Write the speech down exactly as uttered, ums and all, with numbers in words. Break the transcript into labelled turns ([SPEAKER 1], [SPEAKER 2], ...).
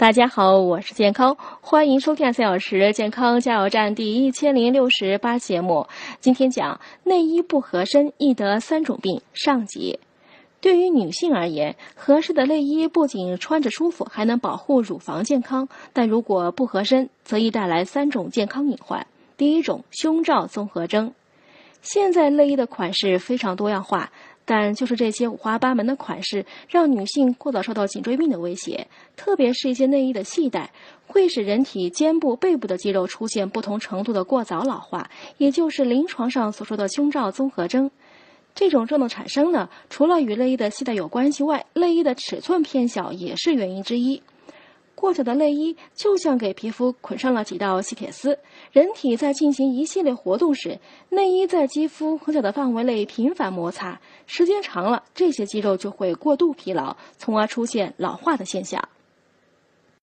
[SPEAKER 1] 大家好，我是健康，欢迎收听三小时健康加油站第一千零六十八节目。今天讲内衣不合身易得三种病上集。对于女性而言，合适的内衣不仅穿着舒服，还能保护乳房健康，但如果不合身，则易带来三种健康隐患。第一种，胸罩综合征。现在内衣的款式非常多样化，但就是这些五花八门的款式，让女性过早受到颈椎病的威胁。特别是一些内衣的系带，会使人体肩部、背部的肌肉出现不同程度的过早老化，也就是临床上所说的胸罩综合征。这种症的产生呢，除了与内衣的系带有关系外，内衣的尺寸偏小也是原因之一。过小的内衣就像给皮肤捆上了几道细铁丝，人体在进行一系列活动时，内衣在肌肤很小的范围内频繁摩擦，时间长了，这些肌肉就会过度疲劳，从而出现老化的现象。